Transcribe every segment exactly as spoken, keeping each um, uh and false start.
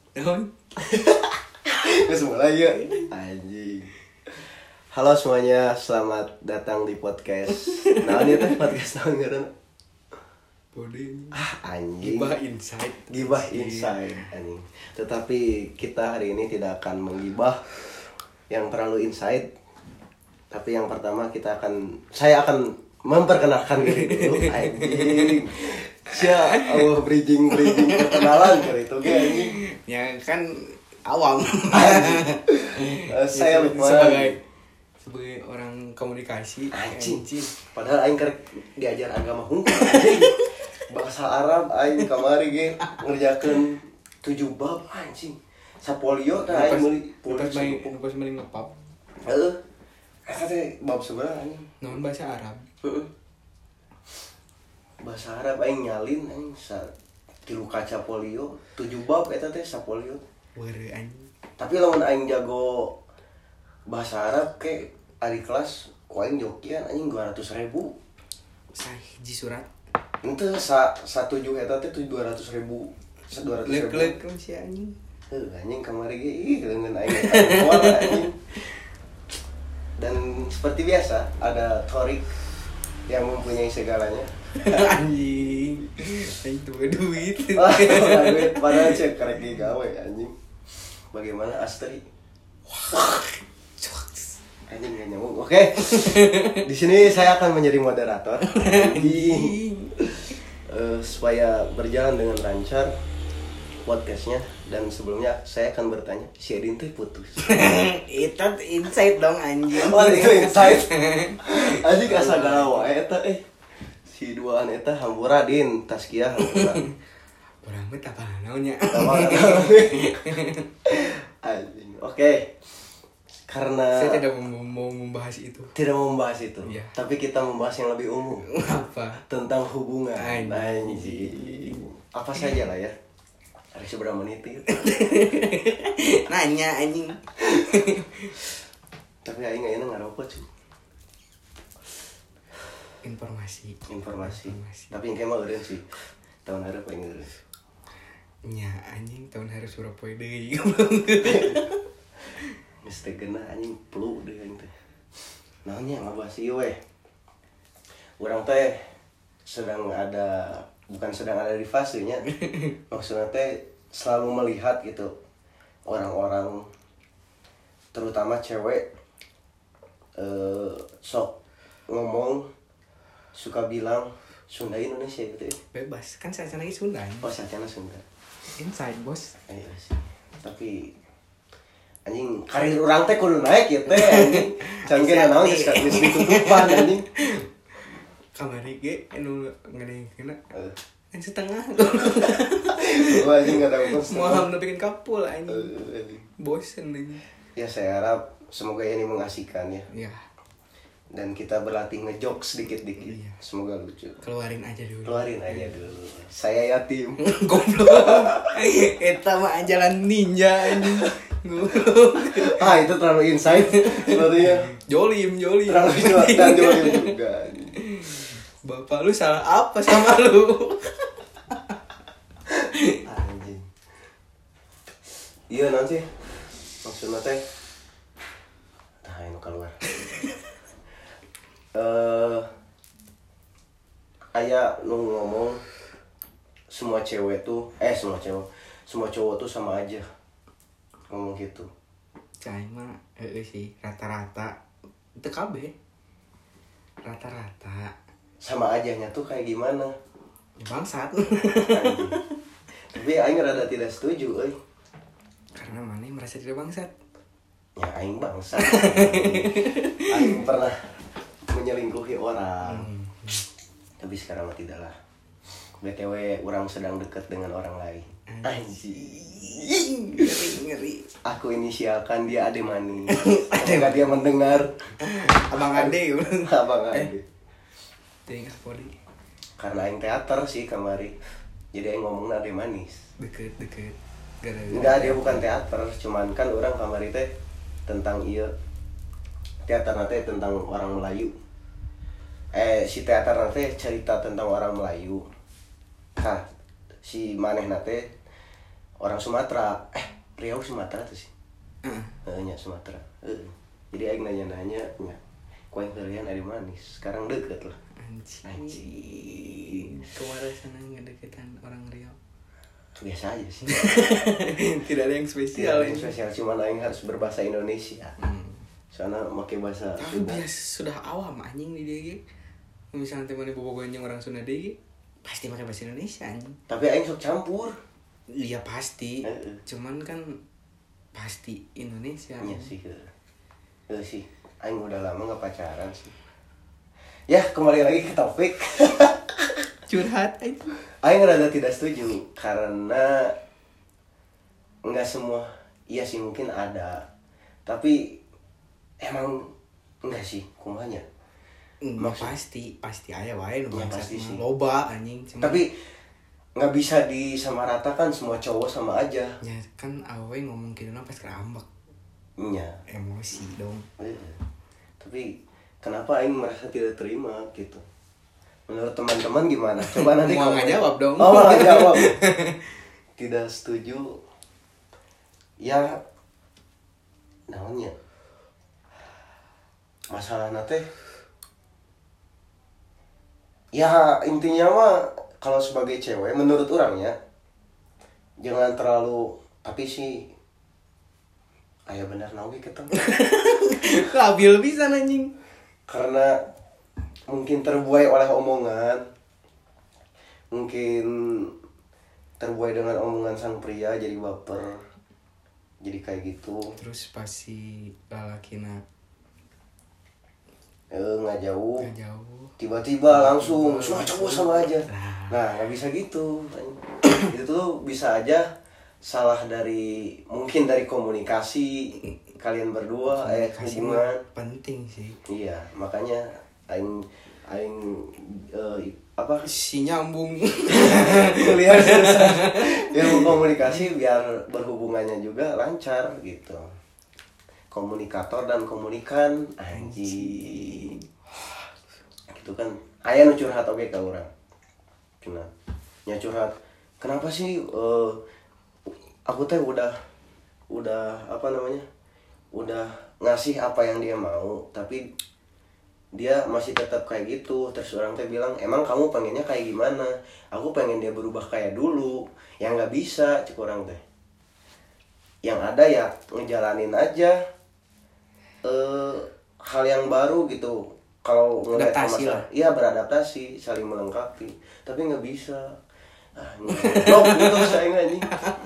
Terus mulai ya anjing. Halo semuanya, selamat datang di podcast. Nah, ini teh podcast tahun ngaran. Bodeng. Ah, anjing. Gibah Insight. Gibah Insight anjing. Tetapi kita hari ini tidak akan menggibah yang terlalu insight. Tapi yang pertama kita akan saya akan memperkenalkan diri dulu anjing. Sia, oh bridging bridging perkenalan kali itu ge anjing. Ya kan awam. uh, saya Lukman sebagai sebagai orang komunikasi anjing. anjing. Padahal aing kerek diajar agama hukum anjing. Bahasa Arab aing kamari ge ngerjakeun tujuh bab anjing. Sapolio teh aing meuli pas main pas main ngepap. Heeh. Eta teh bab seberapa anjing? Naon bahasa Arab? Heeh. Bahasa Arab aing nyalin aing sa tilu kaca polio tujuh bab eta teh sapolio. Weureu anjing. Tapi lamun aing jago bahasa Arab ke ari kelas ku aing jokian anjing dua ratus ribu. Sahiji surat. Ente sa satujuh eta teh dua ratus ribu. dua ratus ribu. Lek-lek kan si anjing. Heuh anjing kamari ge ih leungeun aing kuat anjing. Dan seperti biasa ada Thorik yang mempunyai segalanya. Anjing. Anjing tuh duit. Oh, duit padahal cek karek gawe anjing. Bagaimana Astri? Anjing gak nyambung. Oke. Di sini saya akan menjadi moderator. Anjing. Uh, supaya berjalan dengan lancar podcastnya, dan sebelumnya saya akan bertanya, si Edin tuh putus. Itu insight dong anjing. Oh, itu insight. Anjing asa galau eta eh. Si duaan eta hamburadin Tazkiyah hampura. Urang mah tah naonnya. Anjing. Oke. Karena saya tidak mau, mau membahas itu. Tidak mau membahas itu. Iya. Tapi kita membahas yang lebih umum. Apa? Tentang hubungan. Anjing. Apa saja lah ya. Hari seberapa menit itu? Nanya anjing. Tapi aing ayeuna ngarokok cuy. Informasi. Informasi. Informasi. Tapi engke mah eureun sih. Tahun hareup aing eureun. Nya anjing tahun hari Surabaya deui. Geus teh geunah anjing flu deui aing teh. Naon nya ngabahas ieu we. Urang teh sedang ada bukan sedang ada di fasenya. Maksudnya teh selalu melihat gitu orang-orang terutama cewek eh sok ngomong suka bilang Sunda Indonesia gitu ya. Bebas kan saya lagi Sunda. Oh sacana Sunda. Inside bos. Iya sih. Tapi anjing karir urang teh kudu naik ya teh anjing. Canggih naon geus geus ditutupan anjing. Kamari ge anu ngadengkeuna. Heeh. Kan setengah. Gua anjing enggak tahu kos. Moal bikin kapul anjing. Heeh. Bosen anjing. Ya saya harap semoga ini mengasihkan ya. Iya. Dan kita berlatih ngejokes dikit-dikit. Iya. Semoga lucu. Keluarin aja dulu. Keluarin aja dulu. Saya yatim. Goblok. Eta mah jalan ninja anjing. Goblok. Ah, itu terlalu insight sepertinya. Jolim, jolim. Terlalu insight dan jolim juga. Bapak lu salah apa sama lu? Anjing. Iya nanti maksudnya teh nah ini keluar. Eh aya nu ngomong semua cewek tuh eh semua cewek semua cowok tuh sama aja ngomong gitu. Cai mah eueuh sih rata-rata teu kabeh. Rata-rata Sama ajanya tuh kayak gimana? ya bangsat. Anjing. Tapi aing rada tidak setuju euy. Karena mana yang merasa tidak bangsat? Ya aing bangsa. Aing pernah menyelingkuhi orang. Hmm. Tapi sekarang mah tidak lah. B T W orang sedang dekat dengan orang lain. Anjing. Ngeri, ngeri. Aku inisialkan dia Ade Mani. Semoga dia mendengar. Abang Ade. Abang Ade. Eh. Tinggal poli. Karena aing teater sih kamari. Jadi aing ngomongna Ade Manis. Deket, deket. Gara-gara. Enggak, dia bukan teater, cuman kan orang kamari teh tentang iya. Teater nanti tentang orang Melayu. Eh si teater nanti cerita tentang orang Melayu. Nah, si maneh nate orang Sumatera eh Riau Sumatera tuh sih Heeh. uh, nya Sumatera uh. Jadi aing nanya-nanya nya ku aing teureun adi manis sekarang deket lah Anjing. anjing Kemarin sana ngedeketan orang Riau. biasa aja sih Tidak ada yang tidak spesial. ada yang spesial cuman aing harus berbahasa Indonesia Hmm. soalnya pakai bahasa Tapi Sunda biasa sudah awam anjing di dia ge. Misalnya teman bobogohan yang orang Sunda deh pasti pakai bahasa Indonesia anjing. tapi aing sok campur Iya pasti. Heeh. Cuman kan pasti Indonesia. iya sih ke eh sih aing udah lama nggak pacaran sih ya kembali lagi ke topik Curhat aja. aing rada tidak setuju karena nggak semua iya sih mungkin ada tapi emang enggak sih kumanya Enggak Maksud- pasti, pasti aya wae nu Ya, bangsat pasti mah. sih. Loba anjing. Cuman tapi nggak bisa disamaratakan semua cowok sama aja ya kan awe ngomong gitu pas kerambak. nya Emosi dong. eh. Tapi kenapa aing merasa tidak terima gitu menurut teman-teman gimana coba nanti Mau kamu- nggak jawab dong. oh malah jawab tidak setuju ya namanya masalah nate ya intinya mah kalau sebagai cewek menurut orangnya jangan terlalu tapi sih ayah benar nawi ketemu Labil bisa anjing. karena mungkin terbuai oleh omongan mungkin terbuai dengan omongan sang pria jadi baper jadi kayak gitu Terus pasti lalakina eh nggak jauh nggak jauh. tiba-tiba langsung Tiba-tiba semua cowok langsung. sama aja Nah. nah nggak bisa gitu itu tuh bisa aja salah dari mungkin dari komunikasi kalian berdua eh Komunikasi hubungan mah penting sih. iya makanya aing aing eh, apa Si nyambung. kuliah jurusan ilmu komunikasi biar berhubungannya juga lancar gitu komunikator dan komunikan anjing gitu kan aya nu curhat oge ka urang cenah nya curhat kenapa sih eh, aku teh udah udah apa namanya udah ngasih apa yang dia mau tapi dia masih tetap kayak gitu terus orang teh bilang emang kamu pengennya kayak gimana aku pengen dia berubah kayak dulu yang nggak bisa cek orang teh yang ada ya ngejalanin aja eh hal yang baru gitu kalau ngeliat Adaptasi masalah lah. iya beradaptasi saling melengkapi tapi nggak bisa ah blok gitu saya anjing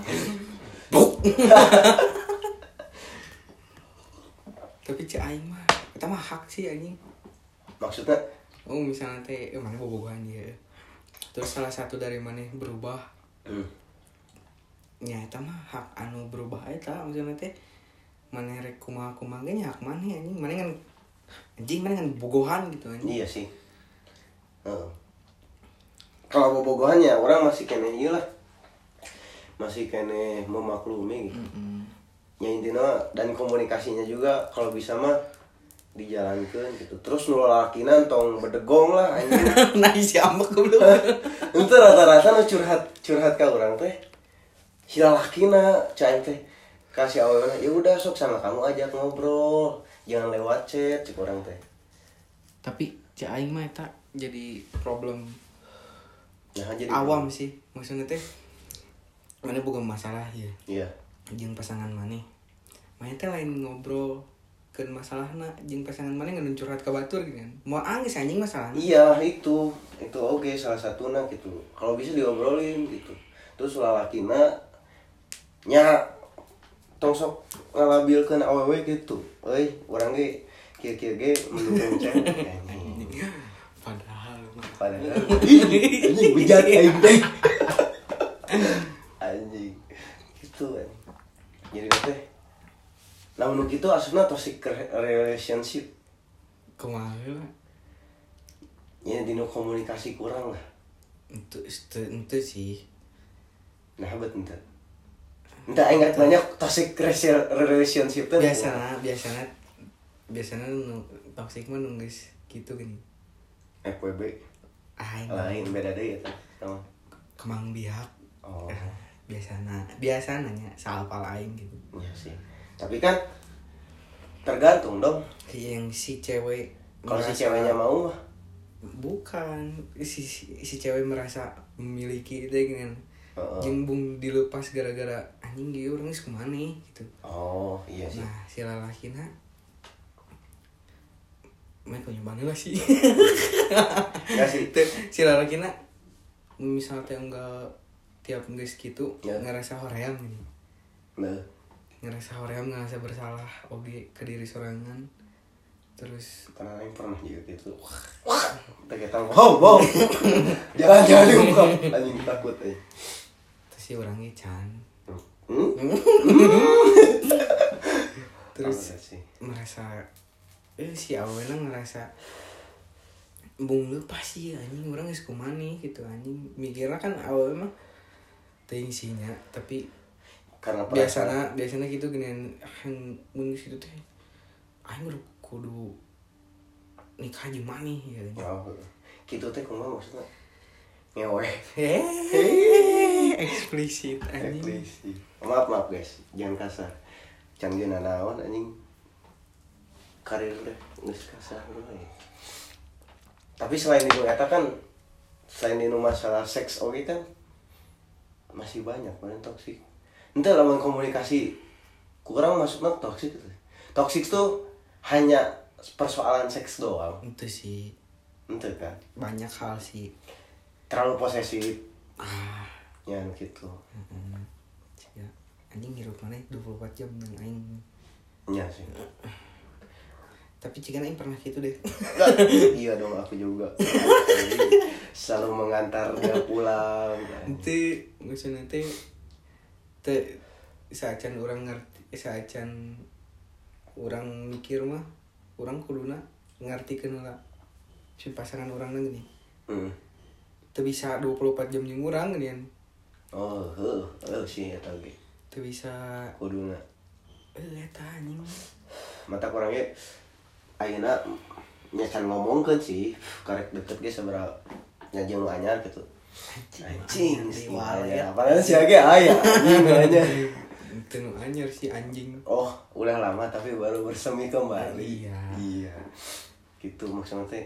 Tapi cek aing mah kita mah hak sih anjing. maksudnya Oh misalnya teh eh, mana bobogohan dia. Terus salah satu dari mana berubah. hmm, Ya eta mah hak anu berubah eta maksudnya teh mana rek kumaha-kumaha ge nya hak mana anjing. Mana kan anjing mana kan bogohan gitu anjing. iya sih Heeh. Kalau bobogohannya orang masih kene ieu lah masih kene memaklumi gitu Mm-mm. ya intinya dan komunikasinya juga kalau bisa mah dijalankan gitu terus nu lalakina tong bedegong lah anjing Nah si ambek goblok. itu rata-rata nu curhat curhat ka urang teh si lalakina cai teh kasih awalnya ya udah sok sama kamu ajak ngobrol jangan lewat chat cek urang teh Tapi cek aing mah eta jadi problem nah jadi awam sih. Maksudnya teh mana bukan masalah ya. iya Jeung pasangan mana. Mana teh lain ngobrol ke masalahna jeung pasangan mana ngan curhat ka batur gitu kan. Mau angis anjing masalahna. iya itu itu oke salah satunya gitu kalau bisa diobrolin gitu terus lalakina nya tong sok ngalabilkeun awewe gitu euy urang ge kieu-kieu ge mendukung cewek anjing Padahal mah. padahal anjing bejat aing teh anjing gitu kan jadi teh namun kitu asupna toxic relationship Kumaha lah. ya dino komunikasi kurang lah Itu itu, itu sih. nah bet ente ente aing ngarep banyak toxic resi- relationship teh Biasana biasana biasana nu toxic mah nu geus kitu gini. F W B Aing lain beda deh ya teh sama kemang biak. oh biasana biasanya saapal aing gitu. Iya sih. Tapi kan tergantung dong. Yang si cewek Kalau si merasa- ceweknya mau mah bukan si, si, si cewek merasa memiliki itu kan. Heeh. Jeung bung dilepas gara-gara anjing ieu urang geus kumaha gitu. Oh, iya sih. Nah, si lalakina main kok nyobain lah sih. Enggak sih. Teu, si lalakina misalnya teh enggak tiap geus kitu Ya. ngerasa hoream gini. Nah, Ngerasa hoream ngerasa bersalah oge ke diri sorangan. Terus karena yang pernah juga gitu. Wah, kita kita wow, wow. Jangan jangan diungkap. Anjing takut eh. terus si orangnya can. Hmm? Terus Oh, sih. merasa eh si awalnya ngerasa bung lepas sih anjing orang geus kumaha nih gitu anjing mikirnya kan awalnya mah teuing sinya tapi Karena biasana biasana gitu gini yang mun situ teh aing udah kudu nikah jeung maneh ya. Oh, gitu teh kumaha maksudnya? Ngewe. Hehehe eksplisit anjing. Eksplisit. Maaf maaf guys, jangan kasar. Can geuna naon anjing. Karir deh, geus kasar we. Tapi selain itu eta kan selain itu masalah seks oke kan masih banyak kan toksik. Entah lamun komunikasi kurang masuknya toksik gitu. Toksik tuh hanya persoalan seks doang. Itu sih Ente kan banyak hal sih. terlalu posesif Ah, ya gitu. heeh. Ya, anjing hirup maneh dua puluh empat jam dengan aing. Ya sih. Tapi jika aing pernah gitu deh. Iya dong aku juga. Selalu mengantar dia pulang. Nanti maksudnya teh teh saacan orang ngerti saacan orang mikir mah orang kuduna ngartikeun lah si pasangan orang gini Hmm. teu bisa dua puluh empat jam jeung urang geuningan Oh, heuh, heuh sih eta ge. teu bisa Kuduna. eh eta anjing Mata kurangnya ayeuna nya can ngomongkeun sih karek deket ge sabaraha nya jeung nu anyar gitu. Anjing, di ya. Padahal si Age aya anjing anyar. teu nu anyar si anjing. Oh, udah lama tapi baru bersemi kembali. Iya. Iya. Gitu maksudnya teh.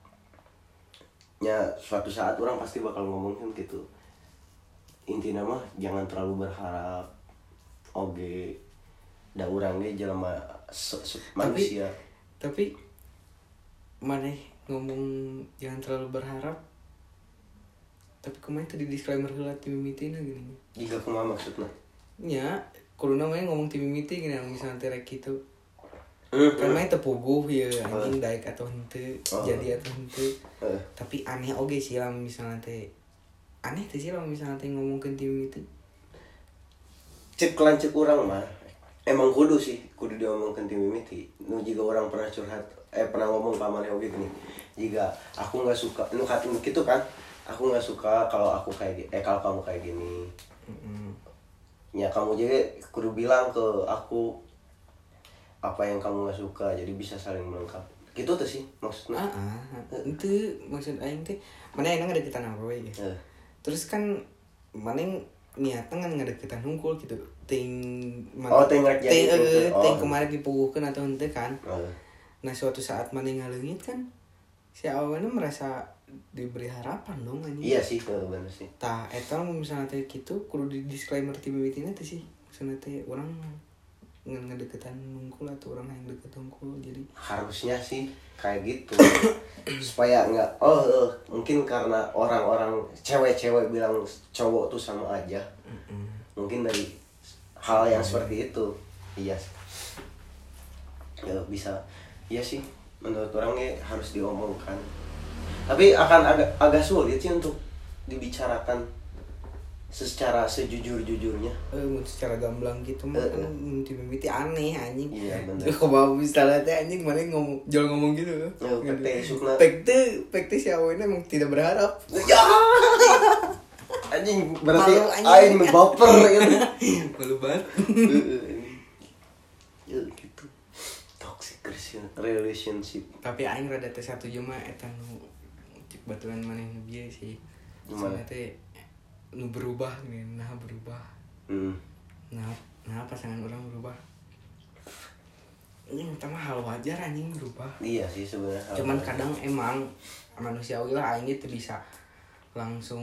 Ya suatu saat orang pasti bakal ngomongin gitu. Intinya mah jangan terlalu berharap. Oge da urang ge jelema manusia. Tapi maneh ngomong jangan terlalu berharap. Tapi kemarin tadi disclaimer heula ti mimitina gini. Jika kumaha maksudna? Nya, kudu namanya ngomong ti mimiti gini misalnya teh rek kitu. Heeh. Kan main tepuguh ya anjing daek atau henteu, Oh. jadi atau henteu. Heeh. Tapi aneh oge sih lamun misalnya teh aneh teh sih lamun misalnya teh ngomongkeun ti mimiti. Cek lancek urang mah emang kudu sih, kudu diomongkeun ti mimiti. Nu jiga orang pernah curhat, eh pernah ngomong ka maneh oge gini. Jika aku enggak suka, nu kata gitu kan. Aku enggak suka kalau aku kayak gini, eh kalau kamu kayak gini. Heeh. Ya kamu jadi kudu bilang ke aku apa yang kamu nggak suka, jadi bisa saling melengkapi. Gitu tuh sih maksudnya. Ah, ah, itu maksud aing teh mana enak ngadeketan awewe ya. Eh. Terus kan mana niatnya kan ngadeketan hungkul gitu. Ting Oh, ting rek jadi ting, henteu. eh, Oh. ting kemarin dipuguhkeun atau henteu kan. Eh. Nah, suatu saat mana ngaleungit kan si awalnya merasa diberi harapan dong anjing. Iya sih, eh, bener sih. Tah eta mun misalnya teh kitu kudu di disclaimer ti mimitina teh sih. Maksudna teh urang ngan ngadeketan hungkul atau orang yang deket hungkul jadi Harusnya sih kayak gitu. Supaya enggak oh, eh, mungkin karena orang-orang cewek-cewek bilang cowok tuh sama aja. mm-mm. Mungkin dari hal yang seperti itu. Iya. Ya bisa. Iya sih. Menurut orangnya harus diomongkan. Tapi akan agak agak sulit sih untuk dibicarakan secara sejujur-jujurnya. Eh, mun secara gamblang gitu mah Eh, kan eh. ti mimiti aneh anjing. Iya, bener. Kok bawa misalnya teh anjing mana ngomong jual ngomong gitu. Ya, pek teh sukna. Pek teh pek teh si awalnya emang tidak berharap. Ya. Anjing berarti Malu, anjing. aing nu baper gitu. Malu banget. Ya gitu. Toxic relationship. Tapi aing rada teh satu jema eta nu cek baturan maneh nu bieu sih. Gimana? Soalnya teh nu berubah nih, nah berubah. Hmm. Nah, nah pasangan orang berubah. Ini pertama hal wajar anjing berubah. Iya sih sebenarnya. Cuman kadang emang manusiawi lah aing teu bisa langsung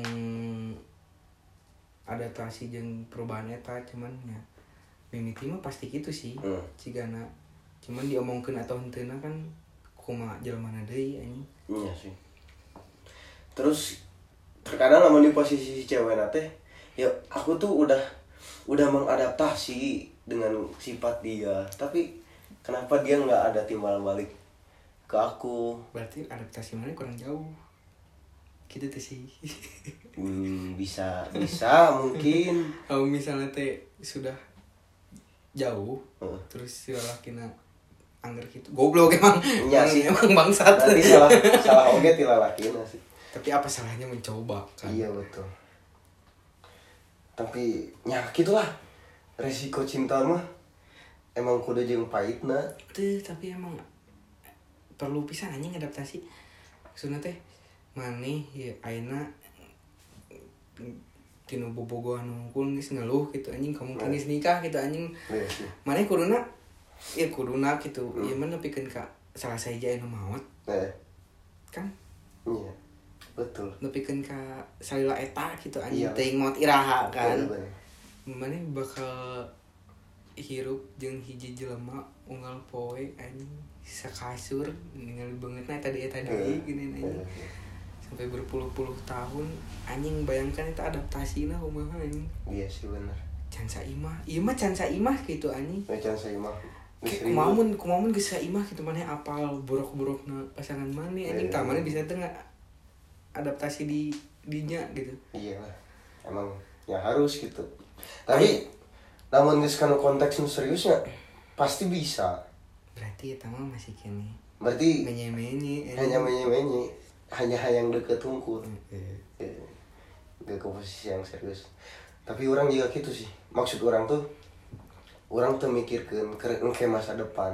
adaptasi jeung perubahan eta, cuman ya mimiti mah pasti gitu sih. Hmm. Cigana cuman diomongkeun atau henteu kan kumaha jelema deui anjing. Iya sih. Terus terkadang lamun di posisi si cewek teh, ya aku tuh udah udah mengadaptasi dengan sifat dia, tapi kenapa dia nggak ada timbal balik ke aku? Berarti adaptasi mana kurang jauh. Gitu tuh sih. Hmm, bisa bisa mungkin. Kalau misalnya teh sudah jauh, uh. terus si lalakina angger gitu. Goblok emang. Iya sih, emang bangsat. Berarti salah salah oge ti lalakina sih. Tapi apa salahnya mencoba kan? Iya betul. Tapi ya gitulah. Resiko cinta mah emang kudu jeung pahitna. Tuh, tapi emang perlu pisan anjing adaptasi. Maksudna teh maneh ya ayeuna tinu bobogohan hungkul geus ngeluh gitu anjing kamu nah. Geus nikah gitu anjing. Iya, maneh kuduna ya kuduna gitu. Hmm. Ieu mah nepikeun ka salah saeja anu maot. Eh. Kan? Iya. Betul. Nepikeun ka salila eta gitu anjing teuing maot iraha kan. Iya, maneh bakal hirup jeung hiji jelema unggal poe anjing sakasur ningali beungeutna eta di eta deui gini anjing sampai berpuluh-puluh tahun anjing bayangkan eta adaptasina kumaha anjing. Iya sih bener. Can saimah ieu mah can saimah gitu anjing. Ya can saimah. Kumaha mun kumaha mun geus saimah kitu maneh apal buruk-burukna pasangan maneh anjing tah maneh bisa teu adaptasi di dinya gitu. Iya lah. Emang ya harus gitu. Tapi namun geus kana konteks nu seriusnya pasti bisa. Berarti eta mah masih kene. Berarti menye-menye. Hanya menye-menye, hanya hayang deket hungkul. Heeh. Mm-hmm. Ke posisi yang serius. Tapi orang juga gitu sih. Maksud orang tuh orang tuh mikirkeun ke masa depan.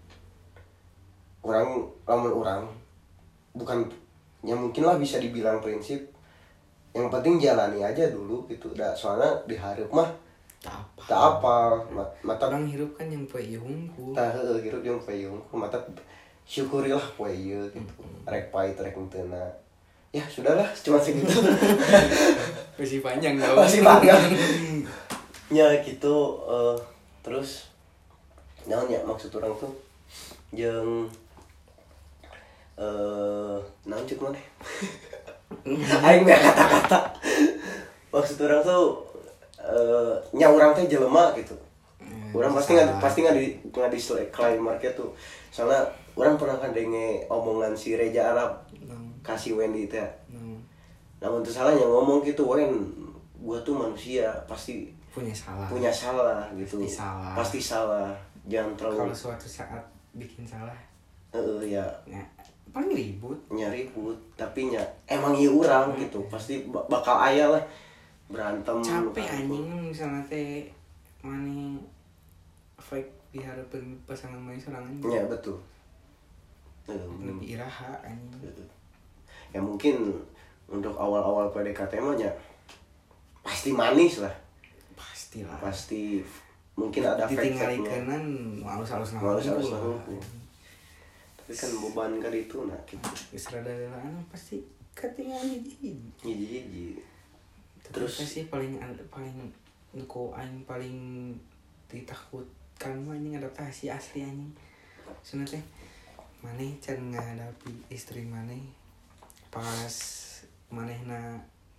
Orang lamun orang bukan ya mungkin lah bisa dibilang prinsip. Yang penting jalani aja dulu gitu. Da soalnya di hareup mah tak apa. Tak apa. Mata orang hirup kan yang poe ieu hungkul. Tah heueuh hirup yang poe ieu hungkul. Mata syukurilah poe ieu gitu. Mm-hmm. Rek pait rek henteu. Ya sudahlah cuma segitu. Masih panjang enggak? Masih panjang. Ya gitu uh, terus naon ya maksud orang tuh jeung eh uh, naon cek maneh. Aing mah kata-kata. Maksud orang tuh uh, nya urang teh jelema gitu. Hmm, orang pasti nggak pasti nggak di nggak di klaim market tuh. Soalnya orang pernah kan denge omongan si Reja Arab hmm. kasih Wendy teh. Hmm. Namun tuh salahnya ngomong gitu, Wen, gua tuh manusia pasti punya salah. Punya salah gitu. Pasti salah. Pasti salah. Jangan terlalu. Kalau suatu saat bikin salah. Eh uh, ya. Ya. Paling ribut. Nya ribut, tapi nya emang ieu urang hmm. gitu. Pasti bakal aya lah berantem. Capek anjing misalnya teh maneh fake di harapan pasangan maneh sorangan. Iya betul. Lebih iraha anjing. Ya mungkin untuk awal-awal P D K T mah nya pasti manis lah. Pastilah. Pasti mungkin ada ditinggalikeun halus-halus nama. Halus-halus nama. Tapi kan beban ka ditu nah gitu. Geus rada-radaan pasti ketinggalan hiji. Hiji-hiji. Terus sih paling paling engko aing paling ditakutkan mah anjing adaptasi asli anjing. Sebenarnya teh maneh can ngahadapi istri maneh pas manehna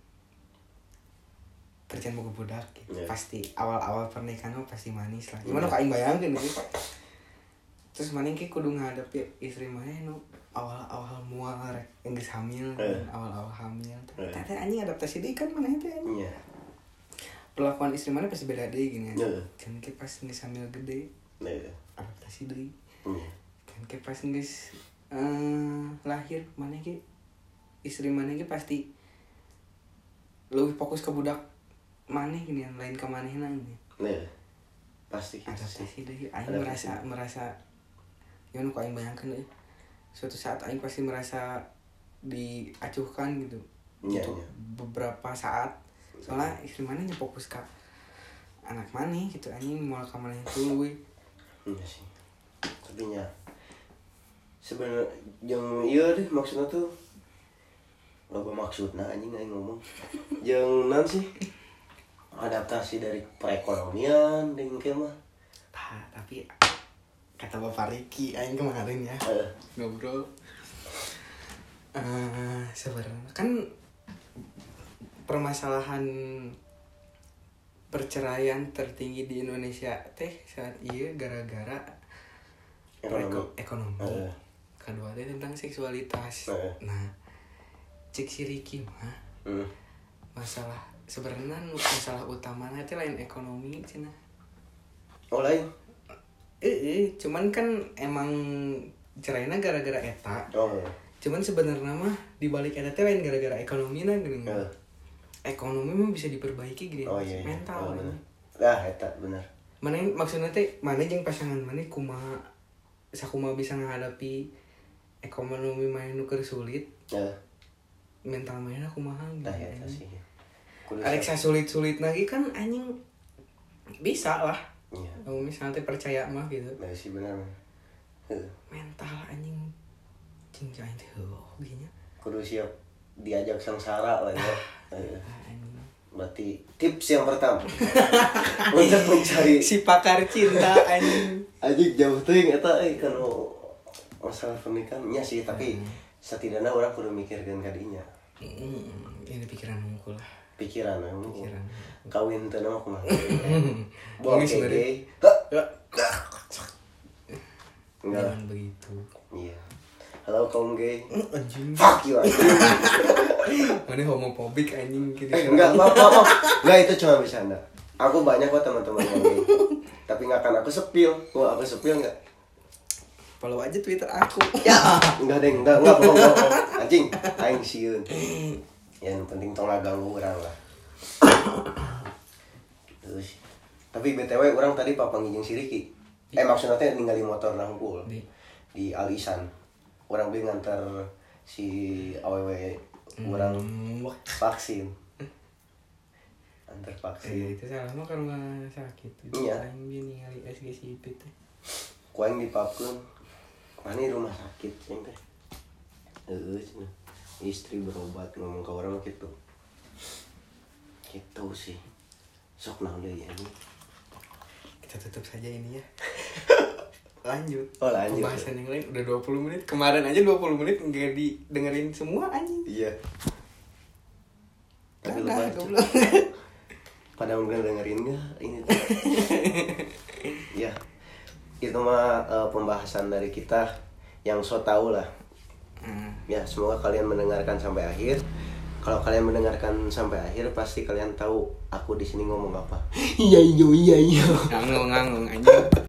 kerjaan boga budak gitu. Yeah. Pasti awal-awal pernikahan mah pasti manis lah. Gimana yeah. Kak aing bayangkeun gitu. Terus maneh ki kudu ngahadapi istri maneh nu awal-awal mual rek geus hamil, yeah. awal-awal hamil. Teh yeah. anjing adaptasi deui kan maneh teh. Iya. Yeah. Perlakuan istri maneh pasti beda deui gini. Yeah. Kan ki pas geus hamil gede. Yeah. Adaptasi deui. Yeah. Kan ki pas geus uh, lahir maneh ki istri maneh ki pasti lebih fokus ke budak maneh gini lain ke manehna ini. Yeah. Pasti. Adaptasi deui. Aing merasa merasa ya nu aing bayangkeun deui. Suatu saat aing pasti merasa diacuhkan gitu. Yeah, untuk yeah. beberapa saat soalnya istri mana nya fokus ke anak mana gitu anjing mau ke mana dulu we. Iya sih tapi nya sebenarnya yang iya deh maksudnya tuh loba maksudna anjing aing ngomong jeung naon sih adaptasi dari perekonomian dengan kieu mah. Nah, tapi kata Bapak Riki aing kemarin ya Uh. ngobrol uh, sebenarnya kan permasalahan perceraian tertinggi di Indonesia teh saat iya gara-gara Ekonomi. ekonomi. Uh. Kedua teh tentang seksualitas. Uh. Nah, cek si Riki mah Hmm. masalah sebenarnya masalah utamanya teh lain ekonomi cina. Oh lain. Eh, eh, cuman kan emang cerainya gara-gara eta. Oh. Cuman sebenarnya mah dibalik eta teh lain gara-gara ekonomi nah gini. Uh. Ekonomi mah bisa diperbaiki gini. Oh iya. iya. Mental. Oh, ini. bener. Ah eta bener. Mana maksudnya teh mana jeung pasangan mana kumaha sakumaha bisa menghadapi ekonomi mana nu keur sulit. Uh. Mental mana kumaha gitu. Tah eta sih. Kudu Alexa sulit-sulit lagi kan anjing bisa lah. Iya. Kalau misalnya teh percaya mah gitu. Nah sih bener. Heeh. Mental anjing cincang teh heuh gini. Kudu siap diajak sengsara lah ya. Heeh. Ah, anjing. Berarti tips yang pertama untuk mencari Si pakar cinta anjing. anjing jauh teuing eta euy kan masalah pernikahan nya sih tapi Hmm. setidaknya orang kudu mikirkeun ka dinya. Mm, ini pikiran unggul lah. Pikiran emang Pikiran. kawin teh mah kumaha. Buang Nangis kege. bari. Hah? Enggak. Jangan begitu. Iya. Halo kaum gay. Anjing. Fuck you anjing. Mana homofobik anjing gitu. Eh, enggak, maaf, maaf, maaf. Enggak, itu cuma bercanda. Aku banyak kok teman-teman yang gay. Tapi nggak akan aku sepil. Wah, aku sepil enggak? Follow aja Twitter aku. Ya, enggak deh, enggak, enggak bohong, bohong. Anjing, aing sieun. Yang penting tong ganggu urang lah. Terus, tapi B T W orang tadi papangi jeung si Riki. Eh maksudnya teh ningali motor nangkul Di. di Alisan. Orang beli ngantar si awewe orang Hmm, vaksin. Antar eh, vaksin. itu salah mah karena sakit. Iya. Aing gini kali S G C P teh. Kuaing dipapkeun. Mana rumah sakit cing teh. Heeh cenah. Istri berobat ngomong ke orang gitu. Gitu sih. Sok naon deui anjing. Kita tutup saja ini ya. Lanjut. Oh, lanjut. Pembahasan yang lain udah dua puluh menit. Kemarin aja dua puluh menit enggak didengerin semua anjing. Iya. Tapi Nah, lebar. goblok. Pada mungkin dengerin nggak ini tuh. Ya. Itu mah uh, pembahasan dari kita yang so tau lah. Hmm. Ya, semoga kalian mendengarkan sampai akhir. Kalau kalian mendengarkan sampai akhir pasti kalian tahu aku di sini ngomong apa. Iya iya iya iya. Ngangong ngangong anjing.